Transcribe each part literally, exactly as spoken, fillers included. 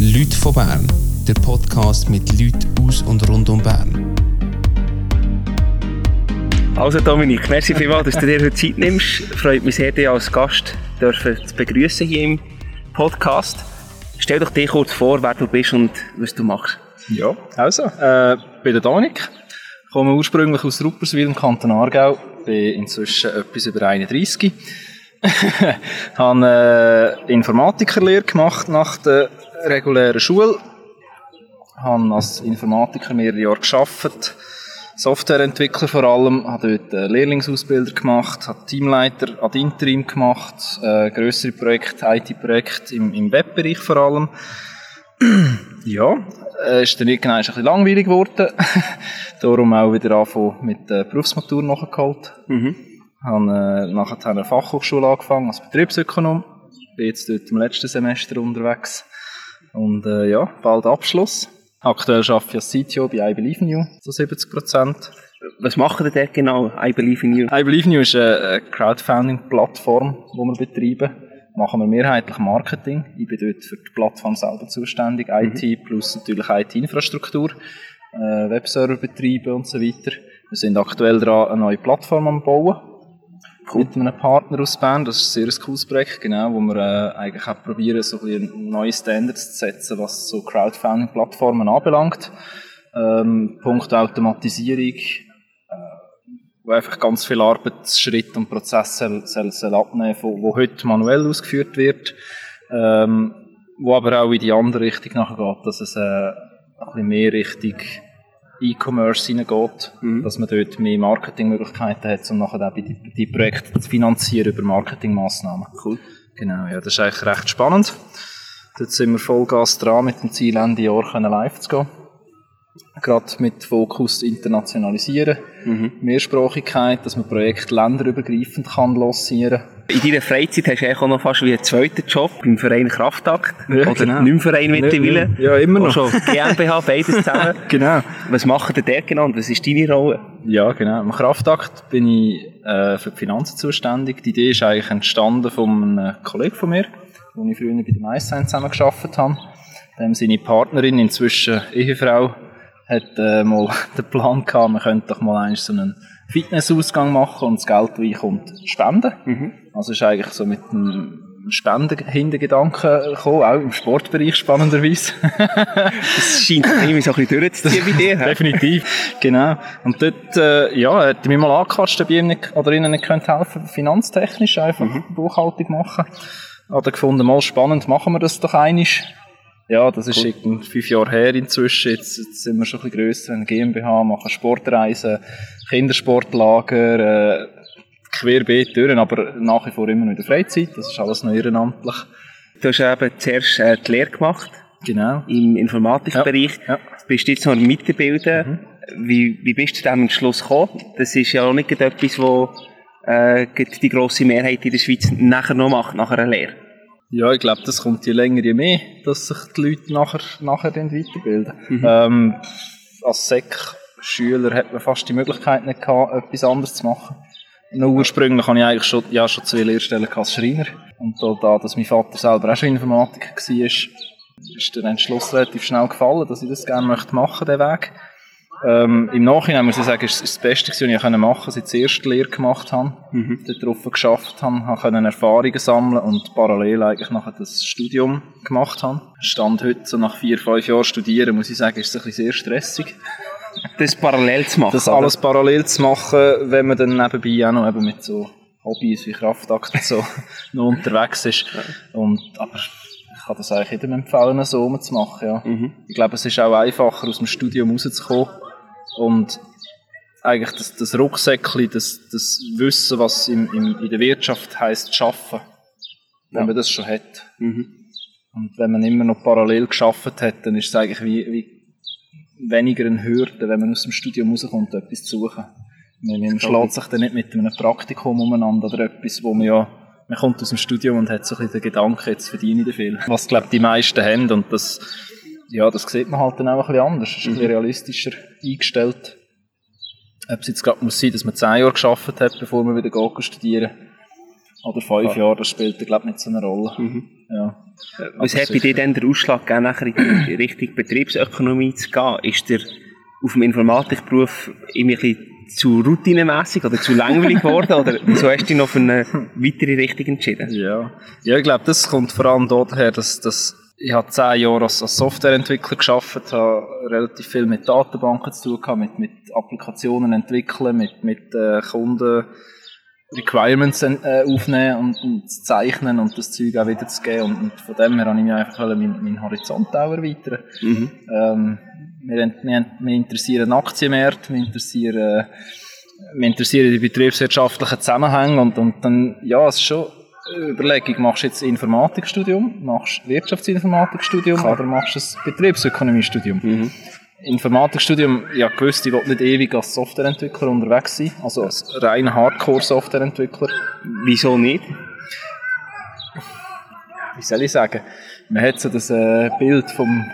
Leute von Bern, der Podcast mit Leuten aus und rund um Bern. Also Dominik, merci vielmals, dass du dir heute Zeit nimmst. Freut mich sehr, dich als Gast dürfen zu begrüßen hier im Podcast. Stell doch dir kurz vor, wer du bist und was du machst. Ja, also, äh, ich bin der Dominik, komme ursprünglich aus Rupperswil im Kanton Aargau, bin inzwischen etwas über einunddreissig. habe äh, Informatikerlehre gemacht nach der regulären Schule. Habe als Informatiker mehrere Jahre gearbeitet, Softwareentwickler vor allem, habe dort eine Lehrlingsausbildung gemacht, habe Teamleiter ad interim gemacht, äh, grössere Projekte, I T-Projekte im, im Webbereich vor allem. Ja, äh, ist dann irgendwann ein bisschen langweilig geworden. Darum auch wieder angefangen mit der Berufsmatur nachgeholt. Mhm. Habe äh, nachher eine Fachhochschule angefangen als Betriebsökonom. Bin jetzt dort im letzten Semester unterwegs. Und äh, ja, bald Abschluss. Aktuell arbeite ich als C T O bei I Believe in You, zu siebzig Prozent. Was machen ihr dort genau, I Believe in You? I Believe in You ist eine Crowdfunding-Plattform, die wir betreiben. Machen wir mehrheitlich Marketing. Ich bin dort für die Plattform selber zuständig, I T mhm. plus natürlich I T-Infrastruktur, äh, Webserver betreiben und so weiter. Wir sind aktuell dran, eine neue Plattform am Bauen. Cool. Mit einem Partner aus Bern. Das ist ein sehr cooles Projekt, genau, wo wir äh, eigentlich auch probieren, so ein bisschen neue Standards zu setzen, was so Crowdfunding-Plattformen anbelangt. Ähm, Punkt Automatisierung, äh, wo einfach ganz viel Arbeitsschritte und Prozesse soll, soll abnehmen, wo, wo heute manuell ausgeführt wird, ähm, wo aber auch in die andere Richtung nachher geht, dass es äh, ein bisschen mehr Richtung E-Commerce hineingeht, mhm. dass man dort mehr Marketingmöglichkeiten hat, um nachher auch die, die Projekte zu finanzieren über Marketingmaßnahmen. Cool. Genau, ja, das ist eigentlich recht spannend. Dort sind wir Vollgas dran, mit dem Ziel, Ende Jahr live zu gehen. Gerade mit Fokus internationalisieren, mhm. Mehrsprachigkeit, dass man Projekte länderübergreifend kann lancieren kann. In deiner Freizeit hast du eigentlich auch noch fast wie einen zweiten Job beim Verein Kraftakt. Ja, oder genau. nicht im Verein mittlerweile. Ja, immer noch. Schon GmbH, beides zusammen. Genau. Was macht ihr dort genau und was ist deine Rolle? Ja, genau. Im Kraftakt bin ich äh, für die Finanzen zuständig. Die Idee ist eigentlich entstanden von einem Kollegen von mir, wo ich früher bei der MySign zusammen gearbeitet habe. Dem seine Partnerin, inzwischen Ehefrau, hat äh, mal den Plan gehabt, man könnte doch mal eigentlich so einen Fitnessausgang machen und das Geld, das reinkommt, spenden. Mhm. Also ist eigentlich so mit einem Spenden-Hintergedanken gekommen, auch im Sportbereich spannenderweise. Das scheint irgendwie so ein bisschen durchzuziehen bei dir. Definitiv, genau. Und dort, äh, ja, hat mich mal angequatscht, ob ich ihm nicht, oder ihnen nicht helfen könnte, finanztechnisch einfach mhm. Buchhaltung machen. Hat er gefunden, mal spannend, machen wir das doch einmal. Ja, das ist cool. Fünf Jahre her inzwischen. Jetzt, jetzt sind wir schon ein bisschen grösser, eine GmbH, machen Sportreisen, Kindersportlager, äh, querbeet durch, aber nach wie vor immer noch in der Freizeit. Das ist alles noch ehrenamtlich. Du hast eben zuerst äh, die Lehre gemacht. Genau. Im Informatikbereich. Ja, ja. Bist du jetzt noch am Weiterbilden. Mhm. Wie, wie bist du zu diesem Entschluss gekommen? Das ist ja auch nicht etwas, was äh, die grosse Mehrheit in der Schweiz nachher noch macht, nach einer Lehre. Ja, ich glaube, das kommt je länger, je mehr, dass sich die Leute nachher, nachher weiterbilden. Mhm. Ähm, als S E C-Schüler hat man fast die Möglichkeit nicht gehabt, etwas anderes zu machen. Nur ursprünglich hatte ich eigentlich schon, ja, schon zwei Lehrstellen als Schreiner. Und da, da dass mein Vater selber auch schon Informatiker war, ist der Entschluss relativ schnell gefallen, dass ich das gerne möchte machen, den Weg. Ähm, Im Nachhinein muss ich sagen, ist es das Beste, was ich machen konnte, als ich die erste Lehre gemacht habe, mhm. dort drauf geschafft habe, habe können Erfahrungen sammeln und parallel eigentlich nachher das Studium gemacht habe. Stand heute, so nach vier, fünf Jahren studieren, muss ich sagen, ist es ein bisschen sehr stressig. Das parallel zu machen? Das oder? Alles parallel zu machen, wenn man dann nebenbei auch noch eben mit so Hobbys wie Kraftakt und so noch unterwegs ist. Ja. Und, aber ich kann das eigentlich jedem empfehlen, so umzumachen. Ja. Mhm. Ich glaube, es ist auch einfacher, aus dem Studium rauszukommen. Und eigentlich das, das Rucksäckchen, das, das Wissen, was im, im, in der Wirtschaft heisst, arbeiten, wenn ja. man das schon hat. Mhm. Und wenn man immer noch parallel gearbeitet hat, dann ist es eigentlich wie, wie weniger eine Hürde, wenn man aus dem Studium rauskommt, etwas zu suchen. Man, man schlägt sich dann nicht mit einem Praktikum umeinander oder etwas, wo man ja, man kommt aus dem Studium und hat so ein bisschen den Gedanken, jetzt verdiene ich viel. Was, glaube ich, die meisten haben und das, ja, das sieht man halt dann auch ein bisschen anders. Es ist ein bisschen realistischer eingestellt. Ob es jetzt gerade muss sein, dass man zehn Jahre gearbeitet hat, bevor man wieder geht studieren. Oder fünf ja. Jahre, das spielt, glaube ich, nicht so eine Rolle. Mhm. Ja. Was hat bei dir denn den Ausschlag gegeben, nachher in die Richtung Betriebsökonomie zu gehen? Ist der auf dem Informatikberuf immer ein bisschen zu routinemässig oder zu langweilig geworden? Oder wieso hast du dich noch für eine weitere Richtung entschieden? Ja, ja ich glaube, das kommt vor allem daher, dass, dass ich habe zehn Jahre als, als Softwareentwickler gearbeitet, habe relativ viel mit Datenbanken zu tun gehabt, mit, mit Applikationen entwickeln, mit, mit äh, Kunden Requirements äh, aufnehmen und, und zu zeichnen und das Zeug auch wieder zu geben. Und, und von dem her habe ich mich einfach meinen, meinen Horizont auch erweitern. Mhm. Ähm, wir, wir, wir interessieren Aktienmärkte, wir interessieren, äh, wir interessieren die betriebswirtschaftlichen Zusammenhänge und, und dann, ja, es ist schon eine Überlegung, machst du jetzt ein Informatikstudium, machst du ein Wirtschaftsinformatikstudium Klar. oder machst du ein Betriebsökonomiestudium? Mhm. Informatikstudium, ja gewusst, ich will nicht ewig als Softwareentwickler unterwegs sein, also als rein Hardcore-Softwareentwickler. Wieso nicht? Wie soll ich sagen? Man hat so das äh, Bild vom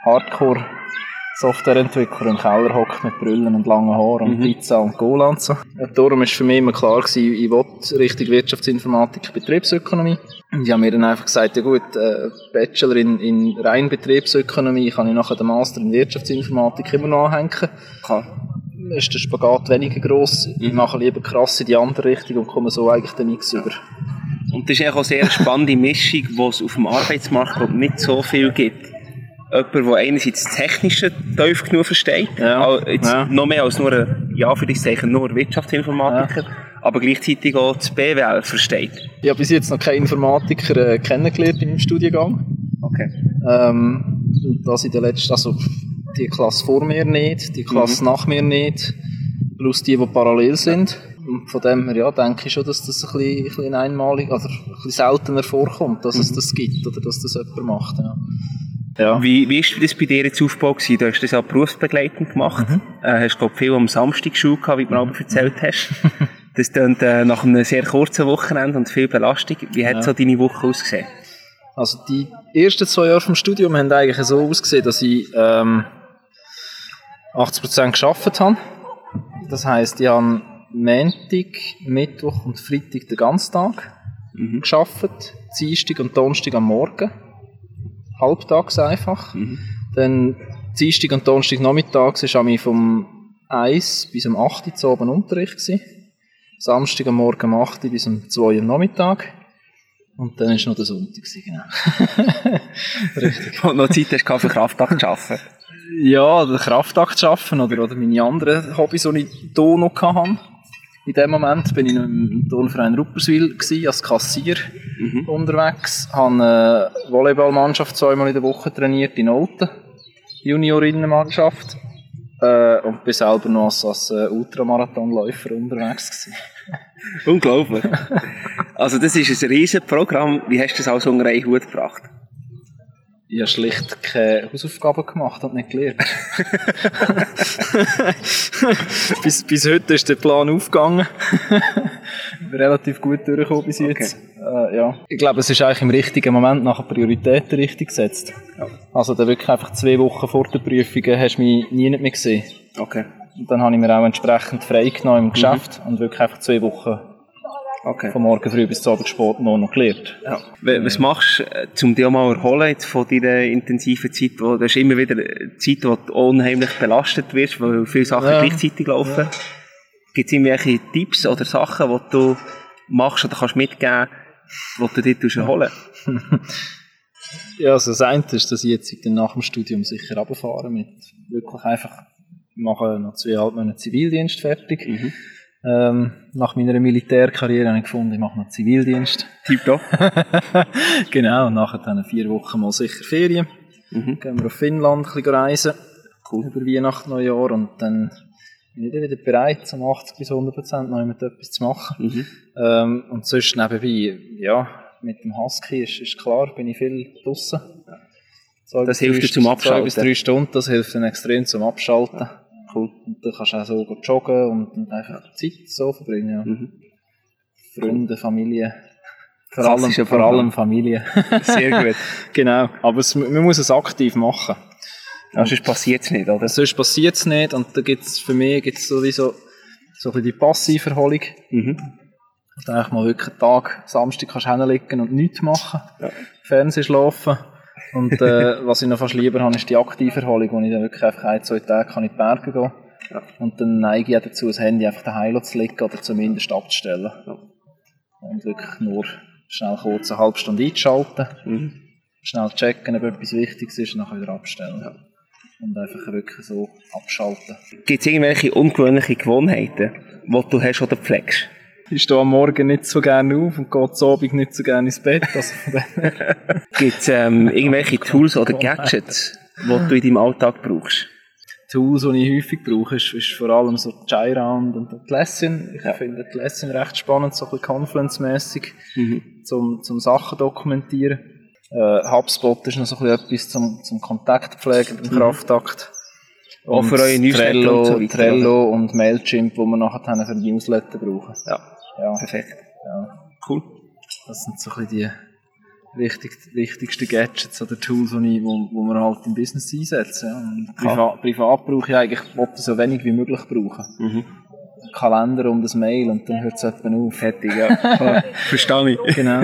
Hardcore-Softwareentwickler im Keller hockt mit Brüllen und langen Haaren und mhm. Pizza und Cola und so. Ja, darum war für mich immer klar gewesen, ich will Richtung Wirtschaftsinformatik, Betriebsökonomie. Und ich habe mir dann einfach gesagt, ja gut, äh, Bachelor in, in rein Betriebsökonomie kann ich nachher den Master in Wirtschaftsinformatik immer noch anhängen. Klar. Ist der Spagat weniger gross. Mhm. Ich mache lieber krass in die andere Richtung und komme so eigentlich den Mix über. Und das ist auch eine sehr spannende Mischung, die es auf dem Arbeitsmarkt nicht so viel gibt. Jemand, der einerseits das Technische tief genug versteht, ja. Jetzt ja. noch mehr als nur ein, ja, für das Zeichen, nur Wirtschaftsinformatiker, ja. aber gleichzeitig auch das B W L versteht. Ich habe bis jetzt noch keinen Informatiker äh, kennengelernt in meinem Studiengang. Okay. Ähm, das in der letzten, also die Klasse vor mir nicht, die Klasse mhm. nach mir nicht, plus die, die parallel sind. Und von dem her, ja, denke ich schon, dass das ein bisschen, ein bisschen einmalig, oder ein bisschen seltener vorkommt, dass mhm. es das gibt, oder dass das jemand macht, ja. Ja. Wie, wie ist das bei dir jetzt Aufbau gewesen? Du hast das auch berufsbegleitend gemacht. Mhm. Äh, hast, glaube ich, viel am Samstag Schule gehabt, wie du mir aber erzählt hast. Das klingt äh, nach einem sehr kurzen Wochenende und viel Belastung. Wie hat ja. so deine Woche ausgesehen? Also die ersten zwei Jahre vom Studium haben eigentlich so ausgesehen, dass ich ähm, achtzig Prozent gearbeitet habe. Das heisst, ich habe Montag, Mittwoch und Freitag den ganzen Tag mhm. gearbeitet, Dienstag und Donnerstag am Morgen. Halbtags einfach. Mhm. Dann Dienstag und Donnerstag nachmittags war ich vom eins bis um acht Uhr zu oben Unterricht gewesen. Samstag am Morgen um acht Uhr bis um zwei Uhr am Nachmittag. Und dann war noch der Sonntag, genau. Richtig. Und noch Zeit hast du für Kraftakt zu arbeiten? Ja, den Kraftakt zu arbeiten oder, oder meine anderen Hobbys, die ich hier noch hatte. In dem Moment bin ich im Turnverein Rupperswil als Kassier mhm. unterwegs. Ich habe eine Volleyballmannschaft zweimal in der Woche trainiert in Olten, Juniorinnenmannschaft. Äh, und bin selber noch als, als uh, Ultramarathonläufer unterwegs gewesen. Unglaublich. Also das ist ein riesiges Programm. Wie hast du das alles unter einen Hut gebracht? Ich habe schlicht keine Hausaufgaben gemacht und nicht gelernt. bis, bis heute ist der Plan aufgegangen. Ich bin relativ gut durchgekommen bis jetzt. Okay. Äh, ja. Ich glaube, es ist eigentlich im richtigen Moment nach der Prioritäten richtig gesetzt. Ja. Also dann wirklich einfach zwei Wochen vor der Prüfung hast du mich nie nicht mehr gesehen. Okay. Und dann habe ich mir auch entsprechend frei genommen im Geschäft mhm. und wirklich einfach zwei Wochen okay. von morgen früh bis zu Abend spät noch, noch gelernt. Ja. Was machst du, um dich auch mal erholen jetzt von deiner intensiven Zeit? Wo, das ist immer wieder eine Zeit, wo du unheimlich belastet wirst, weil viele Sachen ja. gleichzeitig laufen. Ja. Gibt es irgendwelche Tipps oder Sachen, die du machst oder kannst mitgeben, die du dich erholen? Ja, also das eine ist, dass ich jetzt nach dem Studium sicher runterfahre mit wirklich einfach, ich mache noch zweieinhalb Monate Zivildienst fertig. Mhm. Ähm, nach meiner Militärkarriere habe ich gefunden, ich mache noch Zivildienst. Tipptopp. Genau, und nachher dann vier Wochen mal sicher Ferien. Mhm. Gehen wir auf Finnland ein bisschen reisen. Cool. Über Weihnachten, Neujahr und dann bin ich wieder bereit, um achtzig bis hundert Prozent noch mit etwas zu machen. Mhm. Ähm, und sonst nebenbei, ja, mit dem Husky ist, ist klar, bin ich viel draussen. So das hilft dir zum Abschalten? Zwei bis drei Stunden, das hilft dann extrem zum Abschalten. Ja. Cool. Und dann kannst du auch so joggen und, und einfach Zeit so verbringen. Ja. Mhm. Freunde, Familie. Vor allem, vor allem Familie. Sehr gut. Genau. Aber es, man muss es aktiv machen. Ja, sonst passiert es nicht, oder? Sonst passiert es nicht. Und da gibt's, für mich gibt es sowieso so ein bisschen die Passiverholung. Mhm. Dass du eigentlich mal wirklich einen Tag, Samstag kannst du hinlegen und nichts machen. Ja. Fernsehen schlafen. Und äh, was ich noch fast lieber habe, ist die aktive Erholung, wo ich dann wirklich einfach ein, zwei Tage kann in die Berge gehen kann. Ja. Und dann neige ich dazu, das Handy einfach daheim zu legen oder zumindest abzustellen. Ja. Und wirklich nur schnell kurz eine halbe Stunde einzuschalten, mhm. schnell checken, ob etwas Wichtiges ist und dann wieder abstellen. Ja. Und einfach wirklich so abschalten. Gibt es irgendwelche ungewöhnliche Gewohnheiten, die du hast oder pflegst? Ich stehe am Morgen nicht so gerne auf und gehe am Abend nicht so gerne ins Bett. Also gibt es ähm, irgendwelche Tools oder Gadgets, die du in deinem Alltag brauchst? Tools, die ich häufig brauche, ist, ist vor allem so Jira und, und Atlassian. Ich ja. finde Atlassian recht spannend, so ein bisschen Confluence-mässig, mhm. zum, zum Sachen dokumentieren. Äh, HubSpot ist noch so ein bisschen etwas zum, zum Kontaktpflegen im mhm. Kraftakt. Auch für eure Newsletter Trello, und so weiter, Trello und Mailchimp, die wir nachher für die Newsletter brauchen. Ja, ja. Perfekt. Ja. Cool. Das sind so ein bisschen die wichtig, wichtigsten Gadgets oder Tools, die, ich, wo, wo wir halt im Business einsetzen. Ja. Und privat, privat brauche ich eigentlich so wenig wie möglich brauchen. Mhm. Kalender und das Mail und dann hört es etwa auf. Fertig, ja. Verstehe ich. Genau.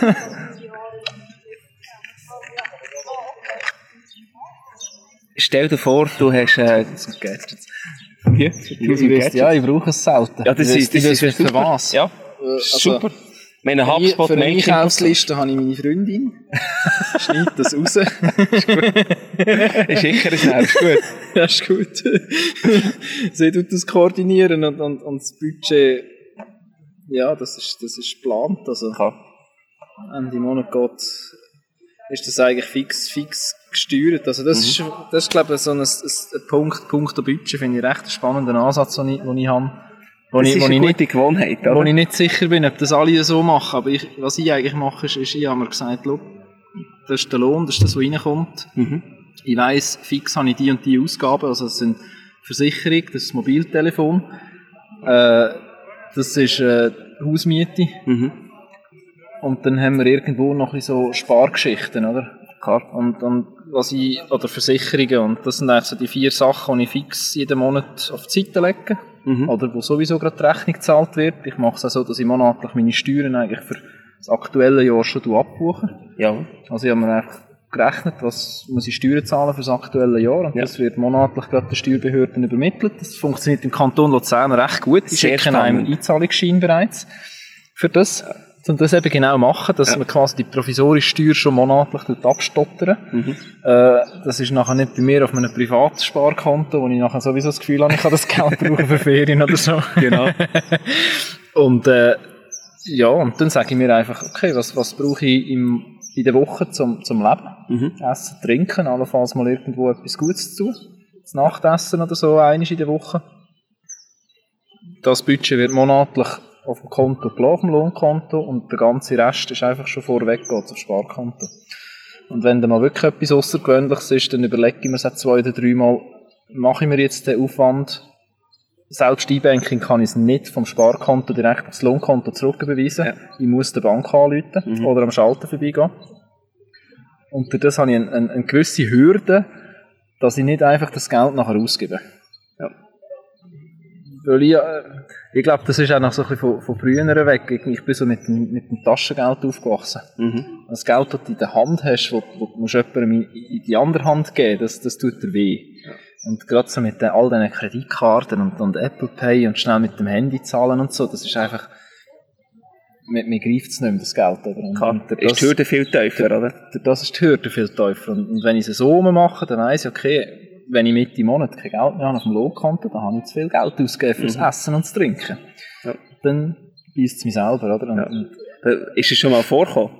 Stell dir vor, du hast äh, so Gadgets. Wie? Ich ja, ich brauche es selten. Ja, das ist, das ist, ist für was? Ja, also, super. Meine HubSpot für eine Einkaufsliste habe ich meine Freundin. Schneid das raus. Ist gut. Ich schicke es nach. Ist gut. Ja, ist gut. Sie tut das koordinieren und, und, und das Budget, ja, das ist, das ist geplant. Also, ja. Ende Monat geht, ist das eigentlich fix, fix gesteuert. Also das, mhm. ist, das ist, glaube ich, so ein, ein Punkt, Punkt der Budget, finde ich recht einen spannenden Ansatz, den ich, den ich habe. Wo das ich, ist wo eine ich gute nicht, Gewohnheit, oder? Wo ich nicht sicher bin, ob das alle so machen. Aber ich, was ich eigentlich mache, ist, ist ich habe mir gesagt, schau, das ist der Lohn, das ist das, was reinkommt. Mhm. Ich weiss, fix habe ich die und die Ausgaben. Also das sind Versicherung, das ist das Mobiltelefon, äh, das ist äh, Hausmiete. Mhm. Und dann haben wir irgendwo noch ein so Spargeschichten, oder? Klar. Und, und was ich, oder Versicherungen. Und das sind eigentlich so die vier Sachen, die ich fix jeden Monat auf die Seite lege. Mhm. Oder wo sowieso gerade die Rechnung gezahlt wird. Ich mache es auch so, dass ich monatlich meine Steuern eigentlich für das aktuelle Jahr schon abbuche. Ja. Also ich habe mir einfach gerechnet, was muss ich Steuern zahlen für das aktuelle Jahr. Und ja. das wird monatlich gerade den Steuerbehörden übermittelt. Das funktioniert im Kanton Luzern recht gut. Die schicken einem einen Einzahlungsschein bereits für das. Ja. Und das eben genau machen, dass ja. man quasi die provisorische Steuer schon monatlich abstottern. Mhm. Äh, das ist nachher nicht bei mir auf einem Privatsparkonto, wo ich nachher sowieso das Gefühl habe, ich kann das Geld brauchen für Ferien oder so. Genau. Und äh, ja, und dann sage ich mir einfach, okay, was, was brauche ich im, in der Woche zum, zum Leben? Mhm. Essen, trinken, allenfalls mal irgendwo etwas Gutes zu tun. Das Nachtessen oder so, einmal in der Woche. Das Budget wird monatlich auf dem Konto gelassen, auf dem Lohnkonto, und der ganze Rest ist einfach schon vorweg geht aufs Sparkonto. Und wenn da mal wirklich etwas Außergewöhnliches ist, dann überlege ich mir es zwei oder dreimal, mache ich mir jetzt den Aufwand, selbst E-Banking kann ich es nicht vom Sparkonto direkt aufs Lohnkonto zurücküberweisen. Ja. Ich muss der Bank anrufen mhm. oder am Schalter vorbeigehen. Und durch das habe ich eine, eine, eine gewisse Hürde, dass ich nicht einfach das Geld nachher ausgebe. Ja. Weil ich, ich glaube, das ist auch noch so ein bisschen von, von früher weg. Ich bin so mit dem, mit dem Taschengeld aufgewachsen. Mhm. Das Geld, das du in der Hand hast, das musst du jemandem in die andere Hand geben, das, das tut dir weh. Ja. Und gerade so mit den, all diesen Kreditkarten und, und Apple Pay und schnell mit dem Handy zahlen und so, das ist einfach, mir, mir greift es nicht mehr, das Geld. Oder? Und, und das, ist die Hürde viel tiefer, oder? Das ist die Hürde viel tiefer. Und, und wenn ich es so mache, dann weiss ich, okay, wenn ich Mitte Monat kein Geld mehr habe auf dem Lohnkonto, dann habe ich zu viel Geld ausgegeben für das mhm. Essen und das Trinken. Ja. Dann beisst es mich selber, oder? Und, ja. und, ist es schon mal vorgekommen?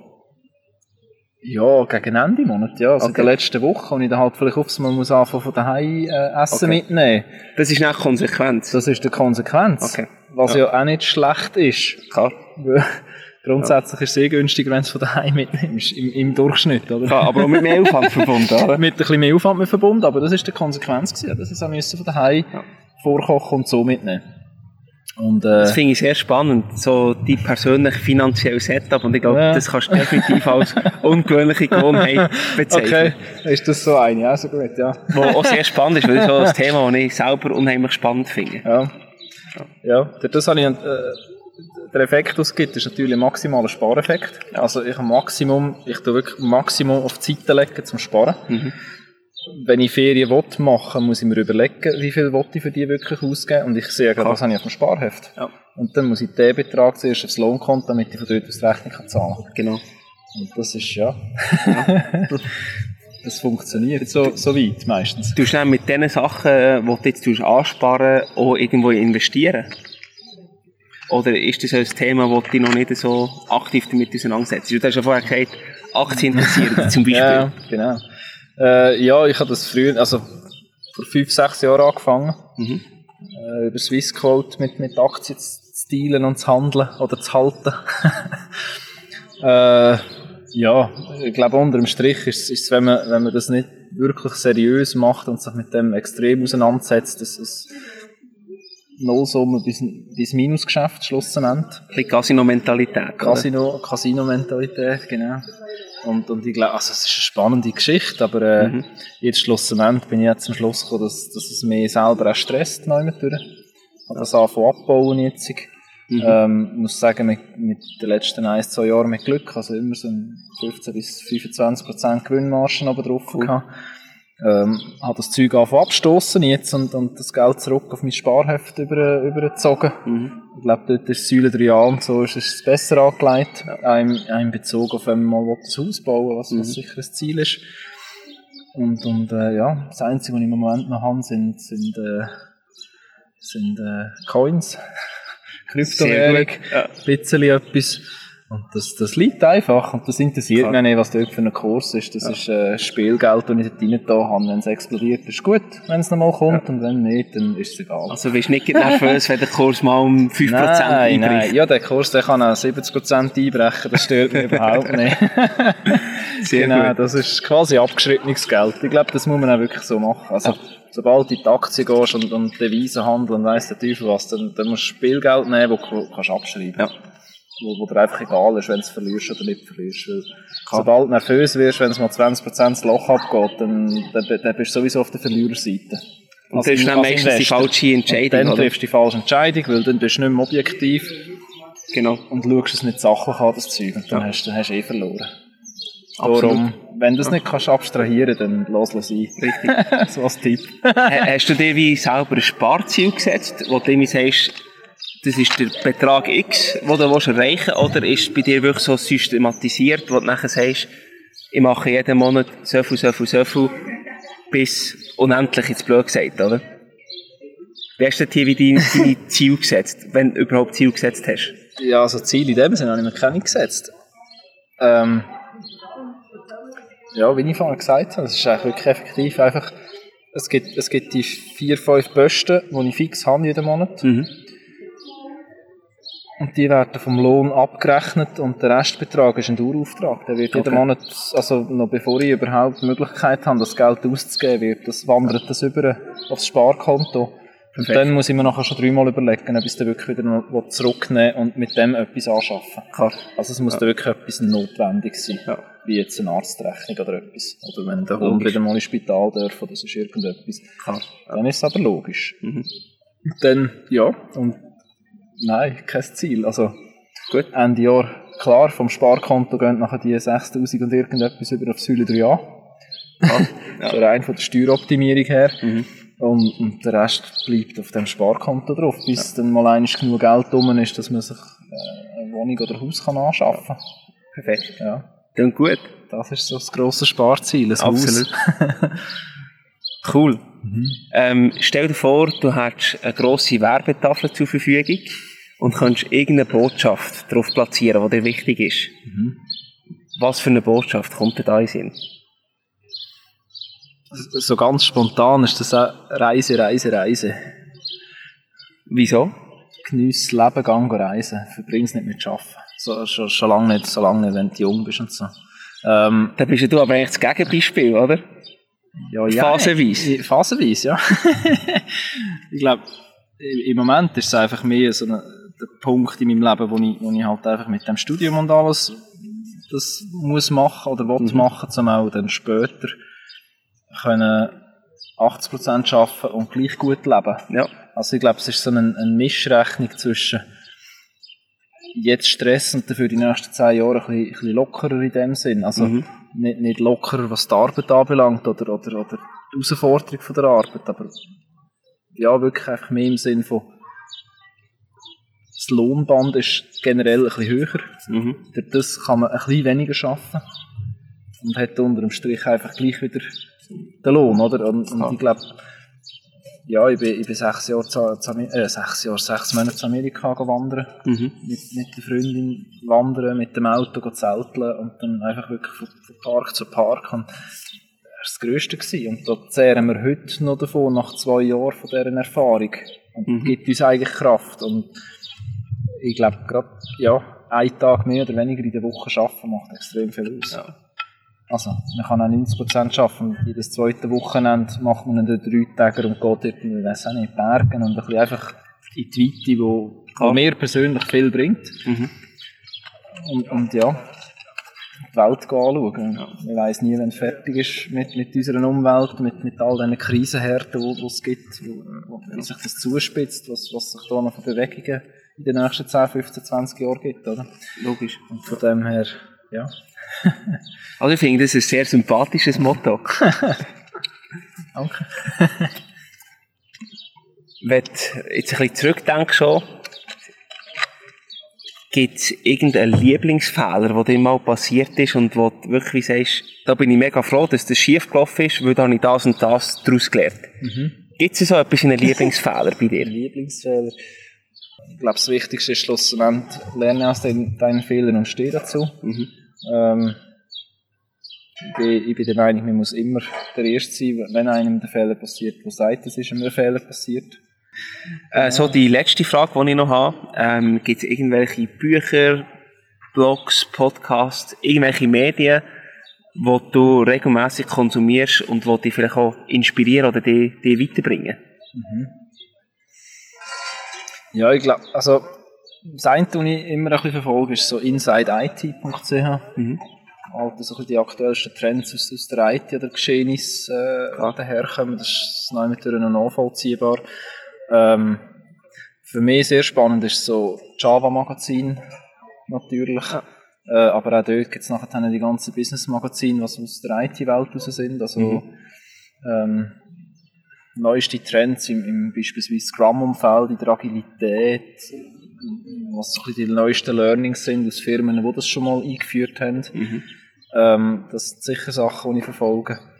Ja, gegen Ende Monat, ja. Also okay. In der letzten Woche, und ich dann halt vielleicht aufs Mal muss anfangen von daheim äh, Essen okay. mitnehmen. Das ist nicht Konsequenz? Das ist die Konsequenz. Okay. Was ja. ja auch nicht schlecht ist. Klar. Grundsätzlich ja. ist es sehr günstiger, wenn du es von daheim mitnimmst, im, im Durchschnitt, oder? Ja, aber auch mit mehr Aufwand verbunden, oder? Mit ein bisschen mehr Aufwand mit verbunden, aber das ist die Konsequenz gewesen, dass ich es auch müssen von daheim ja. vorkochen und so mitnehmen. Und, äh, das finde ich sehr spannend, so die persönliche finanzielle Setup, und ich glaube, ja. das kannst du definitiv als ungewöhnliche Gewohnheit bezeichnen. Okay, ist das so eine, ja, so gut, ja. Wo auch sehr spannend ist, weil das ist so ein Thema, das ich selber unheimlich spannend finde. Ja, ja. Das habe ich, äh, der Effekt ausgibt, ist natürlich ein maximaler Spareffekt. Also ich habe Maximum, ich tue wirklich Maximum auf die Seite legen zum Sparen. Mhm. Wenn ich Ferien machen will, muss ich mir überlegen, wie viel ich für die wirklich ausgeben. Und ich sehe gerade, was habe ich auf dem Sparheft. Ja. Und dann muss ich den Betrag zuerst aufs Lohnkonto, damit ich von dort aus die Rechnung kann zahlen kann. Genau. Und das ist, ja... ja. Das funktioniert so, so weit meistens. Du musst mit den Sachen, die du jetzt ansparen, auch irgendwo investieren? Oder ist das ein Thema, das du dich noch nicht so aktiv damit auseinandersetzt? Du hast ja vorher gesagt, Aktien interessieren zum Beispiel. Ja, genau. Äh, ja, ich habe das früher, also vor fünf, sechs Jahren angefangen, mhm. äh, über Swissquote mit, mit Aktien zu dealen und zu handeln oder zu halten. äh, ja, ich glaube, unter dem Strich ist es, wenn man, wenn man das nicht wirklich seriös macht und sich mit dem extrem auseinandersetzt, dass es Nullsumme bis, bis Minusgeschäft schlussendlich. Ein bisschen Casino-Mentalität. Casino, Casino-Mentalität, genau. Und, und ich glaube, also es ist eine spannende Geschichte, aber äh, mhm. jetzt schlussendlich bin ich jetzt zum Schluss gekommen, dass, dass es mich selber auch stresst. Ich habe das angefangen abbauen jetzt. Mhm. Ähm, ich muss sagen, mit, mit den letzten ein, zwei Jahren mit Glück, also immer so fünfzehn bis fünfundzwanzig Prozent Gewinnmargen oben drauf cool. gehabt. Ähm, habe das Zeug angefangen abstossen jetzt und, und das Geld zurück auf mein Sparheft über, übergezogen. Mhm. Ich glaube, dort ist Säule drei a und so ist es besser angelegt. Ja. Auch im, auch in Bezug auf, wenn man mal das Haus bauen will, was, mhm. was sicher ein Ziel ist. Und, und äh, ja, das Einzige, was ich im Moment noch habe, sind, sind, äh, sind äh, Coins. Kryptowährung, ja. Ein bisschen etwas. Und das, das liegt einfach. Und das interessiert Klar. mich nicht, was dort für ein Kurs ist. Das ja. ist äh, Spielgeld, das ich dort rein da habe. Wenn es explodiert, ist gut, wenn es nochmal kommt. Ja. Und wenn nicht, dann ist es egal. Also bist du nicht nervös, wenn der Kurs mal um fünf Prozent nein, einbricht? Nein, ja, der Kurs der kann auch siebzig Prozent einbrechen. Das stört mich überhaupt nicht. Sehr genau, gut. Das ist quasi abgeschrittenes Geld. Ich glaube, das muss man auch wirklich so machen. Also, ja. Sobald du in die Aktie gehst und, und Devisen handeln und weiss der Teufel was, dann, dann musst du Spielgeld nehmen, das du kannst abschreiben kannst. Ja. Wo, wo dir einfach egal ist, wenn du es verlierst oder nicht verlierst. Weil sobald du nervös wirst, wenn es mal zwanzig Prozent das Loch abgeht, dann, dann, dann bist du sowieso auf der Verliererseite. Und also das ist dann meistens die falsche Entscheidung, und dann oder? triffst du die falsche Entscheidung, weil dann bist du nicht mehr objektiv. Genau. Und schaust es nicht sachlich an, das Zeug. Und dann, ja. hast, dann hast du eh verloren. Darum, wenn du es nicht kannst abstrahieren kannst, dann lass es sein. Richtig. So als Tipp. Hast du dir wie selber ein Sparziel gesetzt, wo du immer sagst, das ist der Betrag X, den du erreichen willst, oder ist es bei dir wirklich so systematisiert, wo du nachher sagst, ich mache jeden Monat so viel, so viel, so viel, bis unendlich ins Blöd gesagt, oder? Wie hast du dir wie deine, deine Ziele gesetzt, wenn du überhaupt Ziele gesetzt hast? Ja, also Ziele in dem Sinne habe ich mir keine gesetzt. Ähm, Ja, wie ich vorhin gesagt habe, es ist eigentlich wirklich effektiv einfach, es gibt, es gibt die vier, fünf Posten, die ich fix habe jeden Monat. Mhm. Und die werden vom Lohn abgerechnet und der Restbetrag ist ein Dauerauftrag. Der wird okay. jeden Monat, also noch bevor ich überhaupt die Möglichkeit habe, das Geld auszugeben, wird das, wandert das über aufs Sparkonto. Und dann muss ich mir nachher schon dreimal überlegen, ob ich es dann wirklich wieder zurücknehmen und mit dem etwas anschaffen kann. Also es muss ja. dann wirklich etwas Notwendiges sein. Ja. Wie jetzt eine Arztrechnung oder etwas. Oder wenn der Hund wieder mal ins Spital darf oder so ist irgendetwas. Klar. Dann ist es aber logisch. Mhm. Dann, ja, und nein, kein Ziel. Also, gut. Ende Jahr, klar, vom Sparkonto gehen nachher die sechstausend und irgendetwas über auf Säule drei a. Ja. Ja. So rein von der Steueroptimierung her. Mhm. Und, und der Rest bleibt auf dem Sparkonto drauf, bis ja. dann mal einmal genug Geld rum ist, dass man sich äh, eine Wohnung oder ein Haus kann anschaffen kann. Perfekt. Ja. Dann gut. Das ist so das grosse Sparziel, ein Absolut. Haus. Cool. Mhm. Ähm, stell dir vor, du hättest eine grosse Werbetafel zur Verfügung und könntest irgendeine Botschaft darauf platzieren, die dir wichtig ist. Mhm. Was für eine Botschaft kommt dir da in den Sinn? So ganz spontan ist das auch Reise, Reise, Reise. Wieso? Geniess das Leben, gang reisen. Verbring es nicht mit Arbeiten. So, schon, schon lange nicht, so lange nicht, wenn du jung bist und so. Ähm, da bist ja du aber eigentlich das Gegenbeispiel, oder? Ja, ja. Phasenweise. Phasenweise, ja. Ich glaube, im Moment ist es einfach mehr so ein, der Punkt in meinem Leben, wo ich, wo ich halt einfach mit dem Studium und alles das muss machen oder will mhm. machen, um auch dann später können achtzig Prozent arbeiten und gleich gut leben. Ja. Also ich glaube, es ist so eine, eine Mischrechnung zwischen jetzt Stress und dafür die nächsten zehn Jahre ein bisschen, ein bisschen lockerer in dem Sinn. Also Mhm. nicht, nicht lockerer, was die Arbeit anbelangt oder, oder, oder die Herausforderung von der Arbeit, aber ja, wirklich einfach mehr im Sinn von das Lohnband ist generell ein bisschen höher. Mhm. Durch das kann man ein bisschen weniger arbeiten und hat unter dem Strich einfach gleich wieder den Lohn, oder? Und, und ich glaube, ja, ich bin, ich bin sechs Jahre, zu, zu, äh, sechs Jahre, sechs Monate zu Amerika wandern, Mhm. mit, mit der Freundin wandern, mit dem Auto zelteln und dann einfach wirklich von, von Park zu Park. Und das war das Grösste gewesen. Und da zehren wir heute noch davon, nach zwei Jahren von dieser Erfahrung. Und Mhm. gibt uns eigentlich Kraft. Und ich glaube, gerade ja, ein Tag mehr oder weniger in der Woche arbeiten macht extrem viel aus. Ja. Also, man kann auch neunzig Prozent arbeiten. Jedes zweite Wochenende macht man einen drei Tage und geht irgendwie, weiss auch nicht, Bergen und ein bisschen einfach in die Weite, wo, wo mir persönlich viel bringt. Mhm. Und, und ja, die Welt anschauen. Ja. Man weiss nie, wenn es fertig ist mit, mit unserer Umwelt, mit, mit all diesen Krisenherden, die es gibt, wo, wo, wie sich das zuspitzt, was, was sich da noch für Bewegungen in den nächsten zehn, fünfzehn, zwanzig Jahren gibt. Oder? Logisch. Und von dem her, ja. Also ich finde das ein sehr sympathisches Motto. Danke. Wenn du jetzt ein bisschen zurückdenkst schon, gibt es irgendeinen Lieblingsfehler, der dir mal passiert ist und wo du wirklich sagst, da bin ich mega froh, dass das schief gelaufen ist, weil da habe ich das und das daraus gelernt. Mhm. Gibt es so etwas in einem Lieblingsfehler bei dir? Lieblingsfehler? Ich glaube, das Wichtigste ist schlussendlich, lerne aus den, deinen Fehlern und stehe dazu. Mhm. Ähm, ich, bin, ich bin der Meinung, man muss immer der Erste sein, wenn einem der Fehler passiert, der sagt, es ist einem ein Fehler passiert. Äh, so die letzte Frage, die ich noch habe, ähm, gibt es irgendwelche Bücher, Blogs, Podcasts, irgendwelche Medien, die du regelmäßig konsumierst und die dich vielleicht auch inspirieren oder dich, dich weiterbringen? Mhm. Ja, ich glaube, also das eine, was ich immer ein bisschen verfolge, ist so inside I T punkt c h. Mhm. Also so die aktuellsten Trends aus, aus der I T oder Geschehnisse äh, daherkommen. Das ist noch nicht nachvollziehbar. Ähm, für mich sehr spannend ist so Java-Magazin natürlich. Ja. Äh, aber auch dort gibt es nachher die ganzen Business-Magazine, was aus der I T-Welt raus sind. Also mhm. ähm, neueste Trends im, im beispielsweise Scrum-Umfeld, in der Agilität, was so die neuesten Learnings sind aus Firmen, die das schon mal eingeführt haben. Mhm. Ähm, das sind sicher Sachen, die ich verfolge.